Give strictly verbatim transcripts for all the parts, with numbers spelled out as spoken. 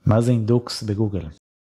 מה זה אינדוקס בגוגל?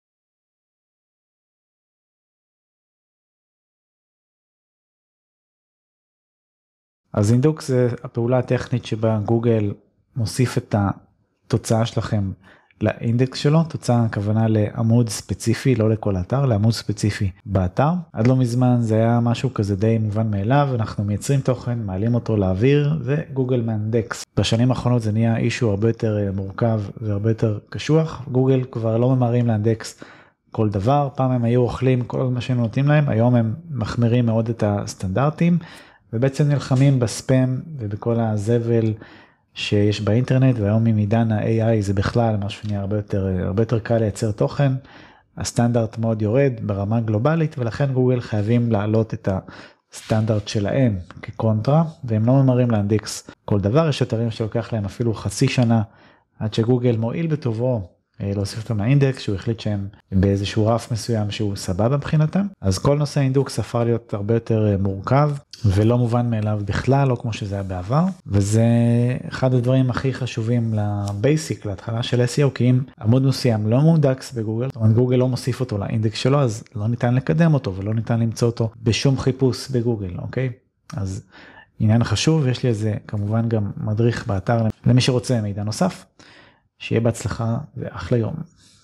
אז אינדוקס זה הפעולה הטכנית שבה גוגל מוסיף את התוצאה שלכם לאינדקס שלו, תוצאה הכוונה לעמוד ספציפי, לא לכל אתר, לעמוד ספציפי באתר. עד לא מזמן זה היה משהו כזה די מובן מאליו, אנחנו מייצרים תוכן, מעלים אותו לאוויר וגוגל מאנדקס. בשנים האחרונות זה נהיה אישו הרבה יותר מורכב והרבה יותר קשוח, גוגל כבר לא ממהרים לאנדקס כל דבר, פעם הם היו אוכלים כל מה שהם נותנים להם, היום הם מחמירים מאוד את הסטנדרטים, ובעצם נלחמים בספאם ובכל הזבל שיש באינטרנט, והיום עם עידן ה-איי איי זה בכלל משהו שנהיה הרבה יותר, הרבה יותר קל לייצר תוכן, הסטנדרט מאוד יורד ברמה גלובלית, ולכן גוגל חייבים להעלות את הסטנדרט שלהם כקונטרה, והם לא ממהרים לאנדקס כל דבר, יש אתרים שלוקח להם אפילו חצי שנה, עד שגוגל מועיל בטובו, להוסיף אותם לאינדקס, שהוא החליט שהם באיזשהו רף מסוים שהוא סבבה מבחינתם. אז כל נושא האינדקס הפך להיות הרבה יותר מורכב, ולא מובן מאליו בכלל, לא כמו שזה היה בעבר, וזה אחד הדברים הכי חשובים לבייסיק, להתחלה של אס אי או, כי אם עמוד מסוים לא מודקס בגוגל, זאת אומרת גוגל לא מוסיף אותו לאינדקס שלו, אז לא ניתן לקדם אותו, ולא ניתן למצוא אותו בשום חיפוש בגוגל, אוקיי? אז עניין חשוב, יש לי איזה כמובן גם מדריך באתר, למי שרוצה מידע נוסף, שיהיה בהצלחה ואחלה יום.